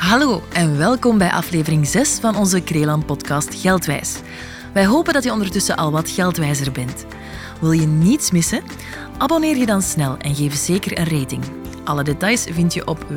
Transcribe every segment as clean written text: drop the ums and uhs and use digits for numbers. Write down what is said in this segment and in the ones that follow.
Hallo en welkom bij aflevering 6 van onze Krelan-podcast Geldwijs. Wij hopen dat je ondertussen al wat geldwijzer bent. Wil je niets missen? Abonneer je dan snel en geef zeker een rating. Alle details vind je op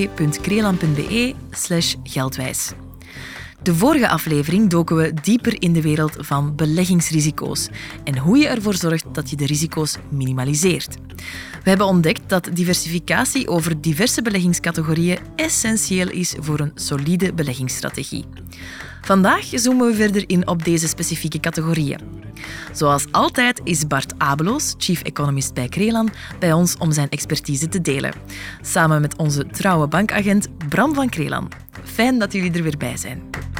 www.krelan.be/geldwijs. De vorige aflevering doken we dieper in de wereld van beleggingsrisico's en hoe je ervoor zorgt dat je de risico's minimaliseert. We hebben ontdekt dat diversificatie over diverse beleggingscategorieën essentieel is voor een solide beleggingsstrategie. Vandaag zoomen we verder in op deze specifieke categorieën. Zoals altijd is Bart Abeloos, Chief Economist bij Krelan, bij ons om zijn expertise te delen. Samen met onze trouwe bankagent Bram van Krelan. Fijn dat jullie er weer bij zijn.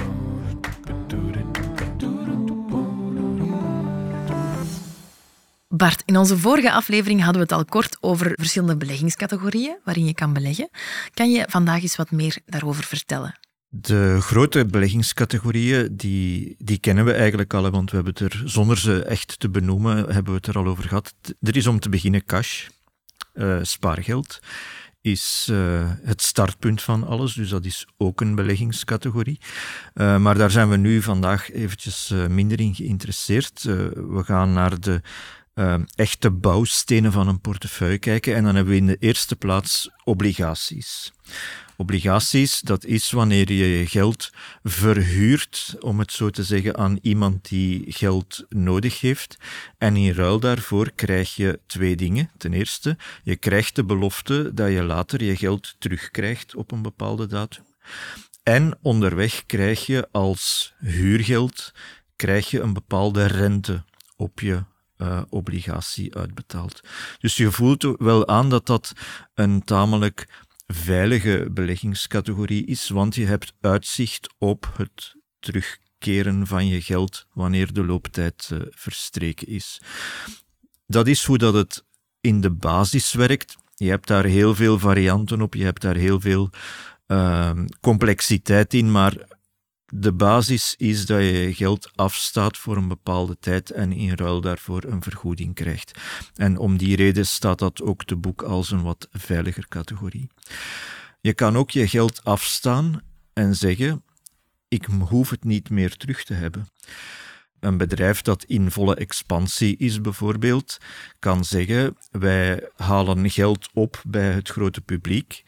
Bart, in onze vorige aflevering hadden we het al kort over verschillende beleggingscategorieën waarin je kan beleggen. Kan je vandaag eens wat meer daarover vertellen? De grote beleggingscategorieën, die kennen we eigenlijk al, want we hebben het er, zonder ze echt te benoemen, hebben we het er al over gehad. Er is om te beginnen cash, spaargeld, is het startpunt van alles, dus dat is ook een beleggingscategorie. Maar daar zijn we nu vandaag eventjes minder in geïnteresseerd. We gaan naar de echte bouwstenen van een portefeuille kijken en dan hebben we in de eerste plaats obligaties. Obligaties, dat is wanneer je je geld verhuurt, om het zo te zeggen, aan iemand die geld nodig heeft. En in ruil daarvoor krijg je twee dingen. Ten eerste, je krijgt de belofte dat je later je geld terugkrijgt op een bepaalde datum. En onderweg krijg je als huurgeld een bepaalde rente op je obligatie uitbetaald. Dus je voelt wel aan dat dat een tamelijk veilige beleggingscategorie is, want je hebt uitzicht op het terugkeren van je geld wanneer de looptijd verstreken is. Dat is hoe dat het in de basis werkt. Je hebt daar heel veel varianten op, je hebt daar heel veel complexiteit in, maar de basis is dat je geld afstaat voor een bepaalde tijd en in ruil daarvoor een vergoeding krijgt. En om die reden staat dat ook te boek als een wat veiliger categorie. Je kan ook je geld afstaan en zeggen, ik hoef het niet meer terug te hebben. Een bedrijf dat in volle expansie is bijvoorbeeld, kan zeggen, wij halen geld op bij het grote publiek,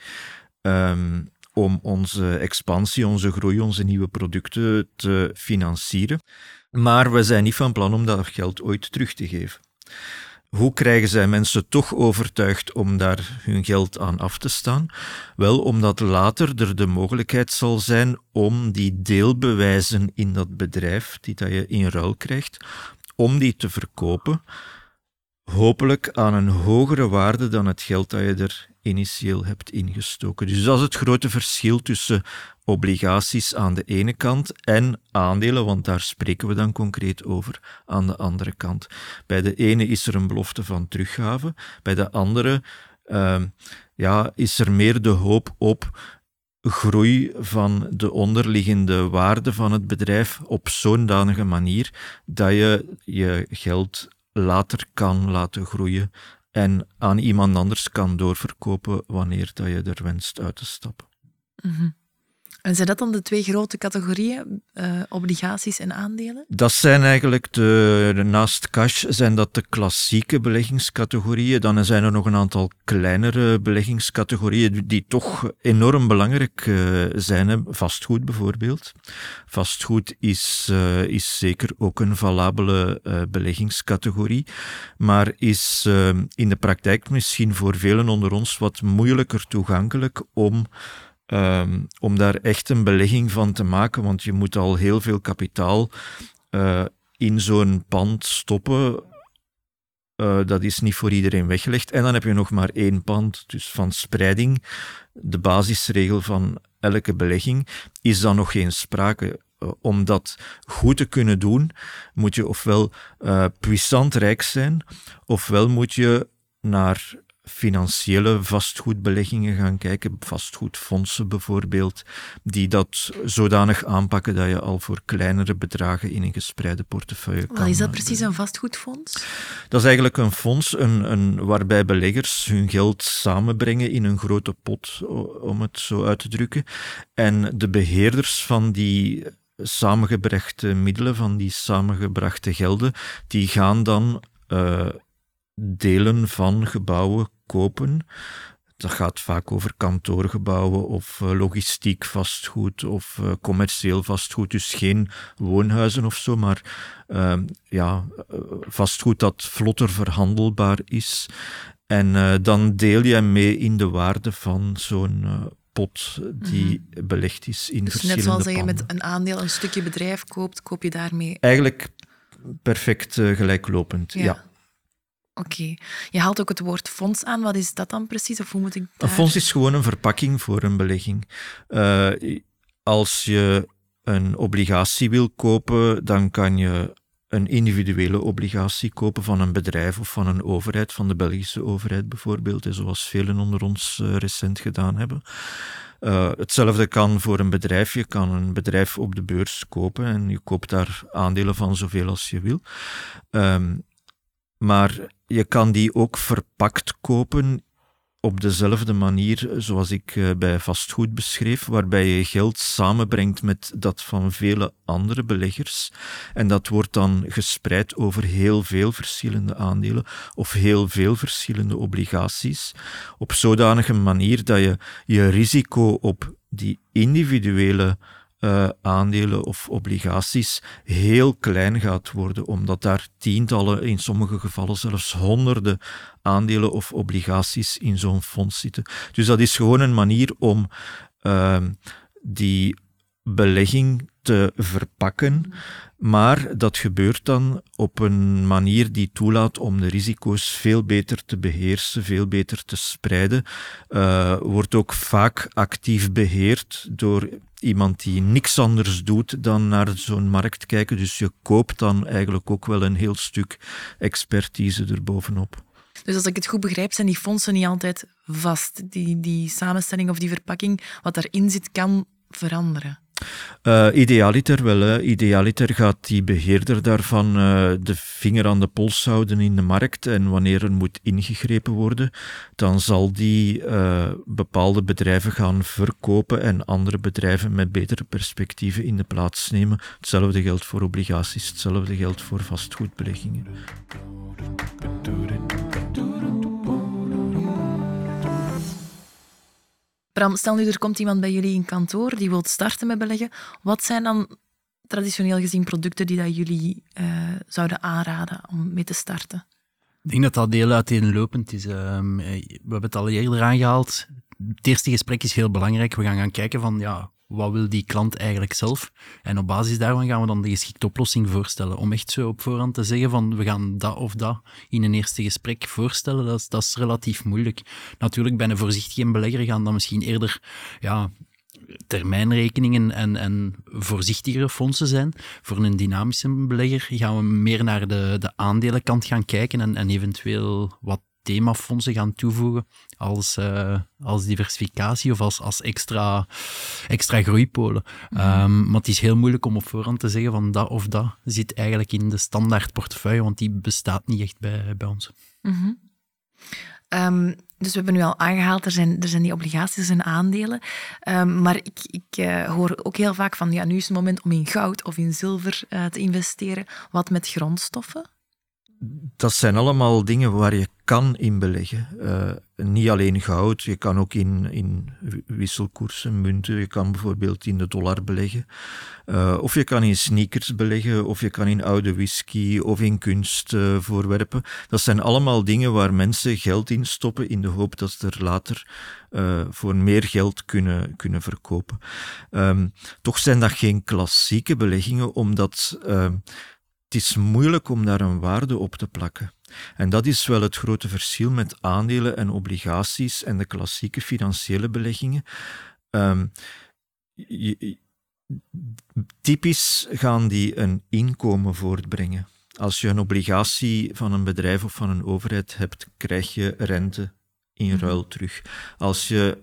om onze expansie, onze groei, onze nieuwe producten te financieren. Maar we zijn niet van plan om dat geld ooit terug te geven. Hoe krijgen zij mensen toch overtuigd om daar hun geld aan af te staan? Wel, omdat later er de mogelijkheid zal zijn om die deelbewijzen in dat bedrijf, die dat je in ruil krijgt, om die te verkopen, hopelijk aan een hogere waarde dan het geld dat je er initieel hebt ingestoken. Dus dat is het grote verschil tussen obligaties aan de ene kant en aandelen, want daar spreken we dan concreet over, aan de andere kant. Bij de ene is er een belofte van teruggave, bij de andere is er meer de hoop op groei van de onderliggende waarde van het bedrijf op zo'n danige manier dat je je geld later kan laten groeien en aan iemand anders kan doorverkopen wanneer dat je er wenst uit te stappen. Mm-hmm. En zijn dat dan de twee grote categorieën, obligaties en aandelen? Dat zijn eigenlijk naast cash zijn dat de klassieke beleggingscategorieën. Dan zijn er nog een aantal kleinere beleggingscategorieën die toch enorm belangrijk zijn. Hè. Vastgoed bijvoorbeeld. Vastgoed is zeker ook een valabele beleggingscategorie, maar is in de praktijk misschien voor velen onder ons wat moeilijker toegankelijk om daar echt een belegging van te maken, want je moet al heel veel kapitaal in zo'n pand stoppen. Dat is niet voor iedereen weggelegd. En dan heb je nog maar één pand. Dus van spreiding, de basisregel van elke belegging, is dan nog geen sprake. Om dat goed te kunnen doen, moet je ofwel puissant rijk zijn, ofwel moet je naar financiële vastgoedbeleggingen gaan kijken, vastgoedfondsen bijvoorbeeld, die dat zodanig aanpakken dat je al voor kleinere bedragen in een gespreide portefeuille kan. Wat is dat precies, een vastgoedfonds? Dat is eigenlijk een fonds waarbij beleggers hun geld samenbrengen in een grote pot, om het zo uit te drukken. En de beheerders van die samengebrachte middelen, van die samengebrachte gelden, die gaan dan delen van gebouwen kopen. Dat gaat vaak over kantoorgebouwen of logistiek vastgoed of commercieel vastgoed. Dus geen woonhuizen of zo, maar vastgoed dat vlotter verhandelbaar is. En dan deel je mee in de waarde van zo'n pot die belegd is in dus verschillende net zoals je panden. met een aandeel een stukje bedrijf koopt, koop je daarmee... Eigenlijk perfect gelijklopend, ja. Oké. Je haalt ook het woord fonds aan. Wat is dat dan precies? Of hoe moet ik daar... Een fonds is gewoon een verpakking voor een belegging. Als je een obligatie wil kopen, dan kan je een individuele obligatie kopen van een bedrijf of van een overheid, van de Belgische overheid bijvoorbeeld, zoals velen onder ons recent gedaan hebben. Hetzelfde kan voor een bedrijf. Je kan een bedrijf op de beurs kopen en je koopt daar aandelen van zoveel als je wil. Maar je kan die ook verpakt kopen op dezelfde manier zoals ik bij vastgoed beschreef, waarbij je geld samenbrengt met dat van vele andere beleggers. En dat wordt dan gespreid over heel veel verschillende aandelen of heel veel verschillende obligaties. Op zodanige manier dat je je risico op die individuele aandelen of obligaties heel klein gaat worden, omdat daar tientallen, in sommige gevallen zelfs honderden aandelen of obligaties in zo'n fonds zitten. Dus dat is gewoon een manier om die belegging te verpakken, maar dat gebeurt dan op een manier die toelaat om de risico's veel beter te beheersen, veel beter te spreiden. Wordt ook vaak actief beheerd door iemand die niks anders doet dan naar zo'n markt kijken. Dus je koopt dan eigenlijk ook wel een heel stuk expertise erbovenop. Dus als ik het goed begrijp, zijn die fondsen niet altijd vast. Die samenstelling of die verpakking, wat daarin zit, kan veranderen. Idealiter wel. Hè. Idealiter gaat die beheerder daarvan de vinger aan de pols houden in de markt en wanneer er moet ingegrepen worden, dan zal die bepaalde bedrijven gaan verkopen en andere bedrijven met betere perspectieven in de plaats nemen. Hetzelfde geldt voor obligaties, hetzelfde geldt voor vastgoedbeleggingen. Bram, stel nu, er komt iemand bij jullie in kantoor die wil starten met beleggen. Wat zijn dan traditioneel gezien producten die dat jullie zouden aanraden om mee te starten? Ik denk dat dat heel uiteenlopend is. We hebben het al eerder aangehaald. Het eerste gesprek is heel belangrijk. We gaan kijken van, wat wil die klant eigenlijk zelf? En op basis daarvan gaan we dan de geschikte oplossing voorstellen. Om echt zo op voorhand te zeggen van, we gaan dat of dat in een eerste gesprek voorstellen, dat is relatief moeilijk. Natuurlijk, bij een voorzichtige belegger gaan dan misschien eerder termijnrekeningen en voorzichtigere fondsen zijn. Voor een dynamische belegger gaan we meer naar de aandelenkant gaan kijken en eventueel wat themafondsen gaan toevoegen als diversificatie of als extra groeipolen. Maar het is heel moeilijk om op voorhand te zeggen van dat of dat zit eigenlijk in de standaard portefeuille, want die bestaat niet echt bij ons. Mm-hmm. Dus we hebben nu al aangehaald, er zijn die obligaties en aandelen. Maar ik hoor ook heel vaak van, nu is het moment om in goud of in zilver te investeren. Wat met grondstoffen? Dat zijn allemaal dingen waar je kan in beleggen. Niet alleen goud, je kan ook in wisselkoersen, munten. Je kan bijvoorbeeld in de dollar beleggen. Of je kan in sneakers beleggen, of je kan in oude whisky of in kunstvoorwerpen. Dat zijn allemaal dingen waar mensen geld in stoppen in de hoop dat ze er later voor meer geld kunnen verkopen. Toch zijn dat geen klassieke beleggingen, omdat het is moeilijk om daar een waarde op te plakken. En dat is wel het grote verschil met aandelen en obligaties en de klassieke financiële beleggingen. Typisch gaan die een inkomen voortbrengen. Als je een obligatie van een bedrijf of van een overheid hebt, krijg je rente in ruil terug. Als je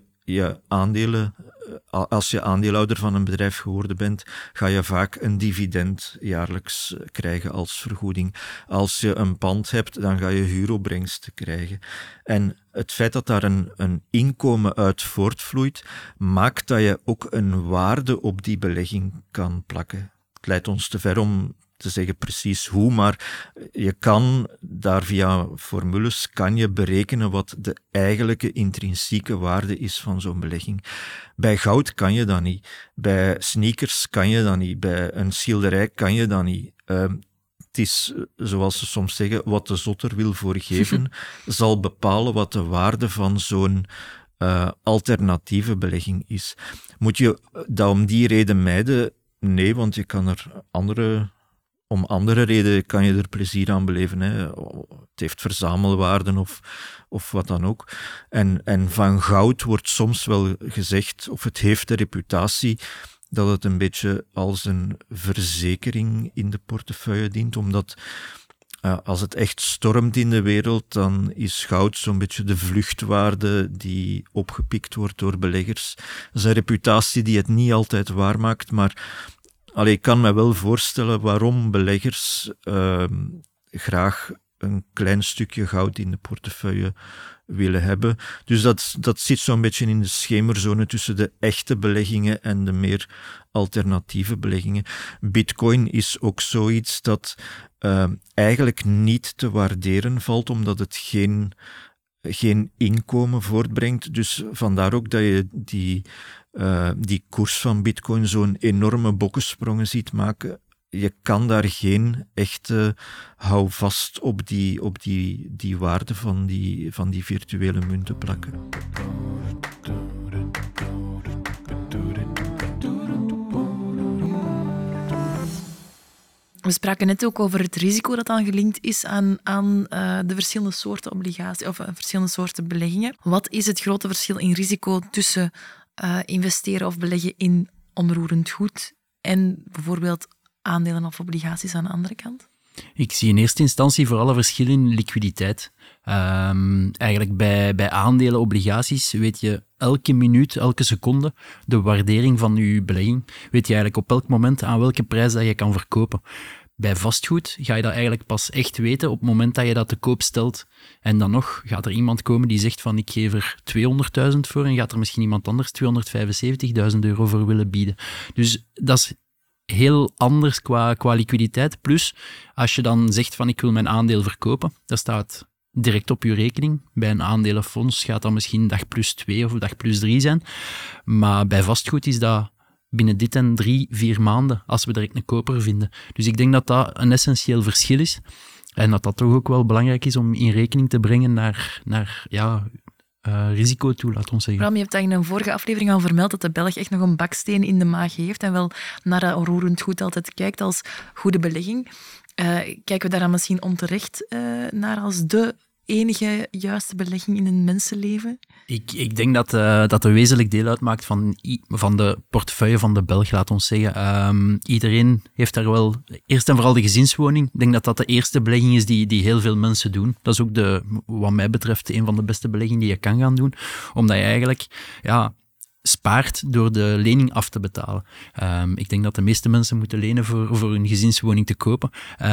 aandeelhouder van een bedrijf geworden bent, ga je vaak een dividend jaarlijks krijgen als vergoeding. Als je een pand hebt, dan ga je huuropbrengsten krijgen. En het feit dat daar een inkomen uit voortvloeit, maakt dat je ook een waarde op die belegging kan plakken. Het leidt ons te ver om te zeggen precies hoe, maar je kan daar via formules berekenen wat de eigenlijke intrinsieke waarde is van zo'n belegging. Bij goud kan je dat niet. Bij sneakers kan je dat niet. Bij een schilderij kan je dat niet. Het is, zoals ze soms zeggen, wat de zotter wil voorgeven, zal bepalen wat de waarde van zo'n alternatieve belegging is. Moet je dat om die reden mijden? Nee, want je kan er om andere redenen kan je er plezier aan beleven. Hè. Het heeft verzamelwaarden of wat dan ook. En van goud wordt soms wel gezegd, of het heeft de reputatie dat het een beetje als een verzekering in de portefeuille dient, omdat als het echt stormt in de wereld, dan is goud zo'n beetje de vluchtwaarde die opgepikt wordt door beleggers. Dat is een reputatie die het niet altijd waarmaakt, maar ik kan me wel voorstellen waarom beleggers graag een klein stukje goud in de portefeuille willen hebben. Dus dat zit zo'n beetje in de schemerzone tussen de echte beleggingen en de meer alternatieve beleggingen. Bitcoin is ook zoiets dat eigenlijk niet te waarderen valt, omdat het geen inkomen voortbrengt. Dus vandaar ook dat je die koers van Bitcoin zo'n enorme bokkensprongen ziet maken. Je kan daar geen echte houvast op die waarde van die virtuele munten plakken. We spraken net ook over het risico dat dan gelinkt is aan de verschillende soorten obligaties of verschillende soorten beleggingen. Wat is het grote verschil in risico tussen investeren of beleggen in onroerend goed en bijvoorbeeld aandelen of obligaties aan de andere kant? Ik zie in eerste instantie vooral een verschil in liquiditeit. Eigenlijk bij aandelen, obligaties, weet je elke minuut, elke seconde de waardering van je belegging. Weet je eigenlijk op elk moment aan welke prijs dat je kan verkopen. Bij vastgoed ga je dat eigenlijk pas echt weten op het moment dat je dat te koop stelt. En dan nog gaat er iemand komen die zegt van ik geef er 200.000 voor en gaat er misschien iemand anders 275.000 euro voor willen bieden. Dus dat is heel anders qua liquiditeit. Plus, als je dan zegt van ik wil mijn aandeel verkopen, dat staat direct op je rekening. Bij een aandelenfonds gaat dat misschien dag plus 2 of dag plus 3 zijn. Maar bij vastgoed is dat binnen dit en 3-4 maanden als we direct een koper vinden. Dus ik denk dat dat een essentieel verschil is. En dat toch ook wel belangrijk is om in rekening te brengen naar risico toe, laat ons zeggen. Bram, je hebt dat in een vorige aflevering al vermeld dat de Belg echt nog een baksteen in de maag heeft en wel naar dat onroerend goed altijd kijkt als goede belegging. Kijken we daar dan misschien onterecht naar als de enige juiste belegging in een mensenleven? Ik denk dat een wezenlijk deel uitmaakt van de portefeuille van de Belg, laat ons zeggen. Iedereen heeft daar wel, eerst en vooral de gezinswoning. Ik denk dat dat de eerste belegging is die heel veel mensen doen. Dat is ook wat mij betreft een van de beste beleggingen die je kan gaan doen. Omdat je eigenlijk spaart door de lening af te betalen. Ik denk dat de meeste mensen moeten lenen voor hun gezinswoning te kopen.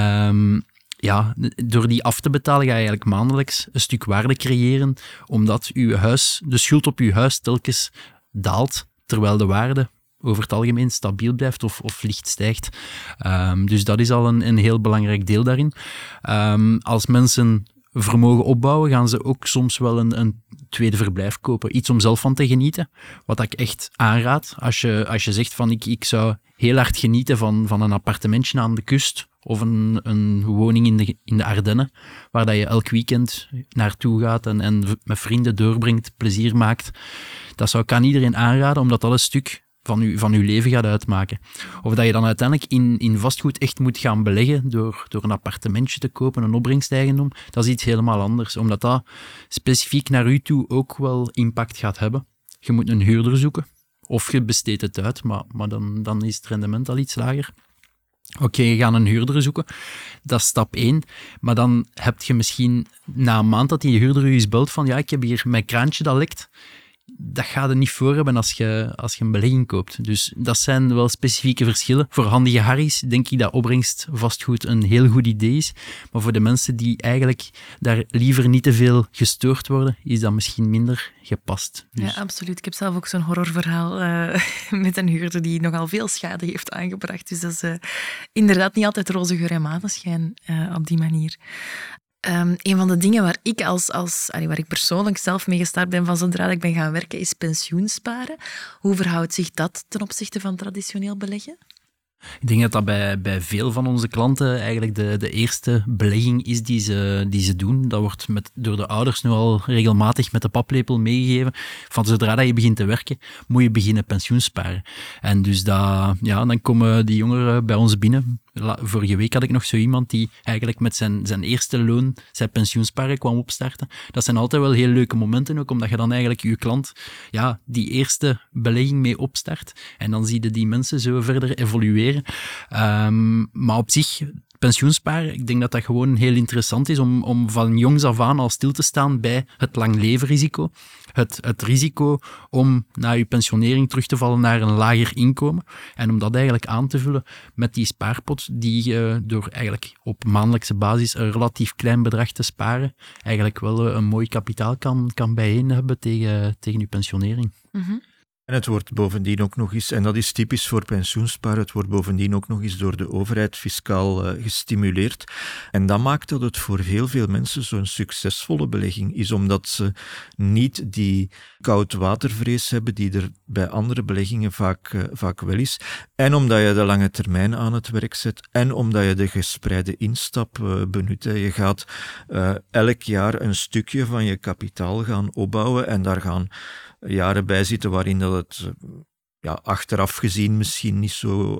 Door die af te betalen ga je eigenlijk maandelijks een stuk waarde creëren, omdat de schuld op je huis telkens daalt, terwijl de waarde over het algemeen stabiel blijft of licht stijgt. Dus dat is al een heel belangrijk deel daarin. Als mensen vermogen opbouwen, gaan ze ook soms wel een tweede verblijf kopen. Iets om zelf van te genieten. Wat ik echt aanraad. Als je zegt van ik zou heel hard genieten van een appartementje aan de kust of een woning in de Ardennen, waar dat je elk weekend naartoe gaat en met vrienden doorbrengt, plezier maakt. Dat zou ik aan iedereen aanraden, omdat dat een stuk van uw leven gaat uitmaken. Of dat je dan uiteindelijk in vastgoed echt moet gaan beleggen door een appartementje te kopen, een opbrengsteigendom, dat is iets helemaal anders. Omdat dat specifiek naar u toe ook wel impact gaat hebben. Je moet een huurder zoeken, of je besteedt het uit, maar dan is het rendement al iets lager. Oké, je gaat een huurder zoeken. Dat is stap 1. Maar dan heb je misschien na een maand dat die huurder je eens belt van ja, ik heb hier mijn kraantje dat lekt. Dat ga je niet voor hebben als je een belegging koopt. Dus dat zijn wel specifieke verschillen. Voor handige harries denk ik dat opbrengst vastgoed een heel goed idee is. Maar voor de mensen die eigenlijk daar liever niet te veel gestoord worden, is dat misschien minder gepast. Dus. Ja, absoluut. Ik heb zelf ook zo'n horrorverhaal met een huurder die nogal veel schade heeft aangebracht. Dus dat is inderdaad niet altijd roze geur en maneschijn op die manier. Een van de dingen waar ik persoonlijk zelf mee gestart ben van zodra ik ben gaan werken, is pensioensparen. Hoe verhoudt zich dat ten opzichte van traditioneel beleggen? Ik denk dat dat bij veel van onze klanten eigenlijk de eerste belegging is die ze doen. Dat wordt door de ouders nu al regelmatig met de paplepel meegegeven. Van zodra dat je begint te werken, moet je beginnen pensioensparen. En dus dan komen die jongeren bij ons binnen. Vorige week had ik nog zo iemand die eigenlijk met zijn eerste loon zijn pensioensparen kwam opstarten. Dat zijn altijd wel heel leuke momenten ook, omdat je dan eigenlijk je klant die eerste belegging mee opstart. En dan zie je die mensen zo verder evolueren. Maar op zich, pensioensparen, ik denk dat dat gewoon heel interessant is om van jongs af aan al stil te staan bij het langlevenrisico. Het risico om na je pensionering terug te vallen naar een lager inkomen. En om dat eigenlijk aan te vullen met die spaarpot die door eigenlijk op maandelijkse basis een relatief klein bedrag te sparen, eigenlijk wel een mooi kapitaal kan bijeen hebben tegen je pensionering. Mm-hmm. En het wordt bovendien ook nog eens, en dat is typisch voor pensioensparen, het wordt bovendien ook nog eens door de overheid fiscaal gestimuleerd. En dat maakt dat het voor heel veel mensen zo'n succesvolle belegging is, omdat ze niet die koudwatervrees hebben die er bij andere beleggingen vaak wel is. En omdat je de lange termijn aan het werk zet en omdat je de gespreide instap benut. Je gaat elk jaar een stukje van je kapitaal gaan opbouwen en daar gaan jaren bij zitten waarin dat het achteraf gezien misschien niet zo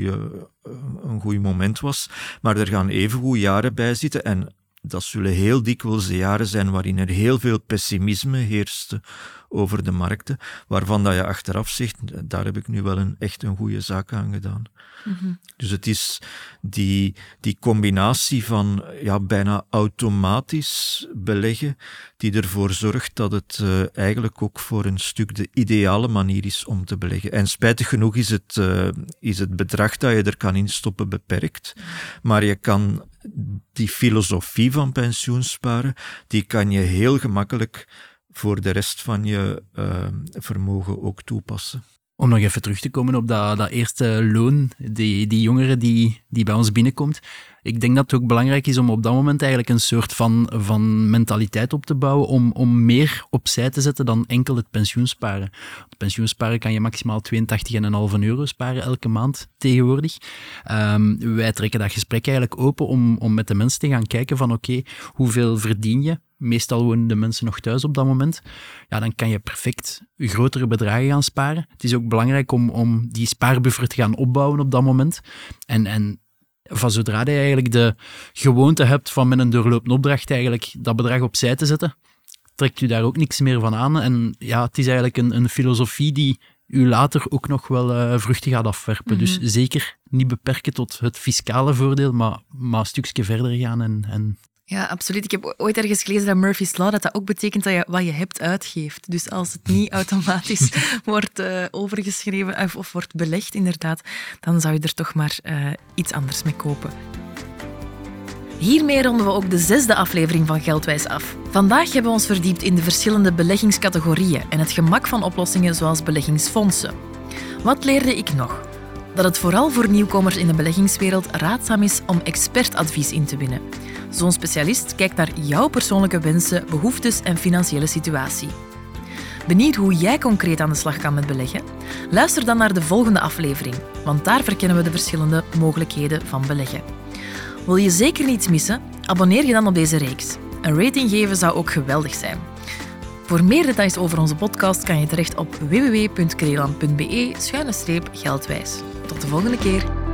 een goed moment was. Maar er gaan evengoed jaren bij zitten en dat zullen heel dikwijls de jaren zijn waarin er heel veel pessimisme heerste over de markten, waarvan dat je achteraf zegt, daar heb ik nu wel echt een goede zaak aan gedaan. Mm-hmm. Dus het is die combinatie van bijna automatisch beleggen die ervoor zorgt dat het eigenlijk ook voor een stuk de ideale manier is om te beleggen. En spijtig genoeg is het bedrag dat je er kan instoppen beperkt, maar je kan die filosofie van pensioensparen, die kan je heel gemakkelijk voor de rest van je vermogen ook toepassen. Om nog even terug te komen op dat eerste loon, die jongere die bij ons binnenkomt. Ik denk dat het ook belangrijk is om op dat moment eigenlijk een soort van mentaliteit op te bouwen om meer opzij te zetten dan enkel het pensioensparen. Het pensioensparen kan je maximaal €82,5 sparen elke maand tegenwoordig. Wij trekken dat gesprek eigenlijk open om met de mensen te gaan kijken van oké, hoeveel verdien je? Meestal wonen de mensen nog thuis op dat moment. Ja, dan kan je perfect grotere bedragen gaan sparen. Het is ook belangrijk om die spaarbuffer te gaan opbouwen op dat moment. En van zodra je eigenlijk de gewoonte hebt van met een doorlopende opdracht eigenlijk dat bedrag opzij te zetten, trekt u daar ook niks meer van aan. En het is eigenlijk een filosofie die u later ook nog wel vruchten gaat afwerpen. Mm-hmm. Dus zeker niet beperken tot het fiscale voordeel, maar een stukje verder gaan en Ja, absoluut. Ik heb ooit ergens gelezen dat Murphy's Law, dat ook betekent dat je wat je hebt uitgeeft. Dus als het niet automatisch wordt overgeschreven of wordt belegd, inderdaad, dan zou je er toch maar iets anders mee kopen. Hiermee ronden we ook de 6e aflevering van Geldwijs af. Vandaag hebben we ons verdiept in de verschillende beleggingscategorieën en het gemak van oplossingen zoals beleggingsfondsen. Wat leerde ik nog? Dat het vooral voor nieuwkomers in de beleggingswereld raadzaam is om expertadvies in te winnen. Zo'n specialist kijkt naar jouw persoonlijke wensen, behoeftes en financiële situatie. Benieuwd hoe jij concreet aan de slag kan met beleggen? Luister dan naar de volgende aflevering, want daar verkennen we de verschillende mogelijkheden van beleggen. Wil je zeker niets missen? Abonneer je dan op deze reeks. Een rating geven zou ook geweldig zijn. Voor meer details over onze podcast kan je terecht op www.crelan.be/geldwijs. Tot de volgende keer.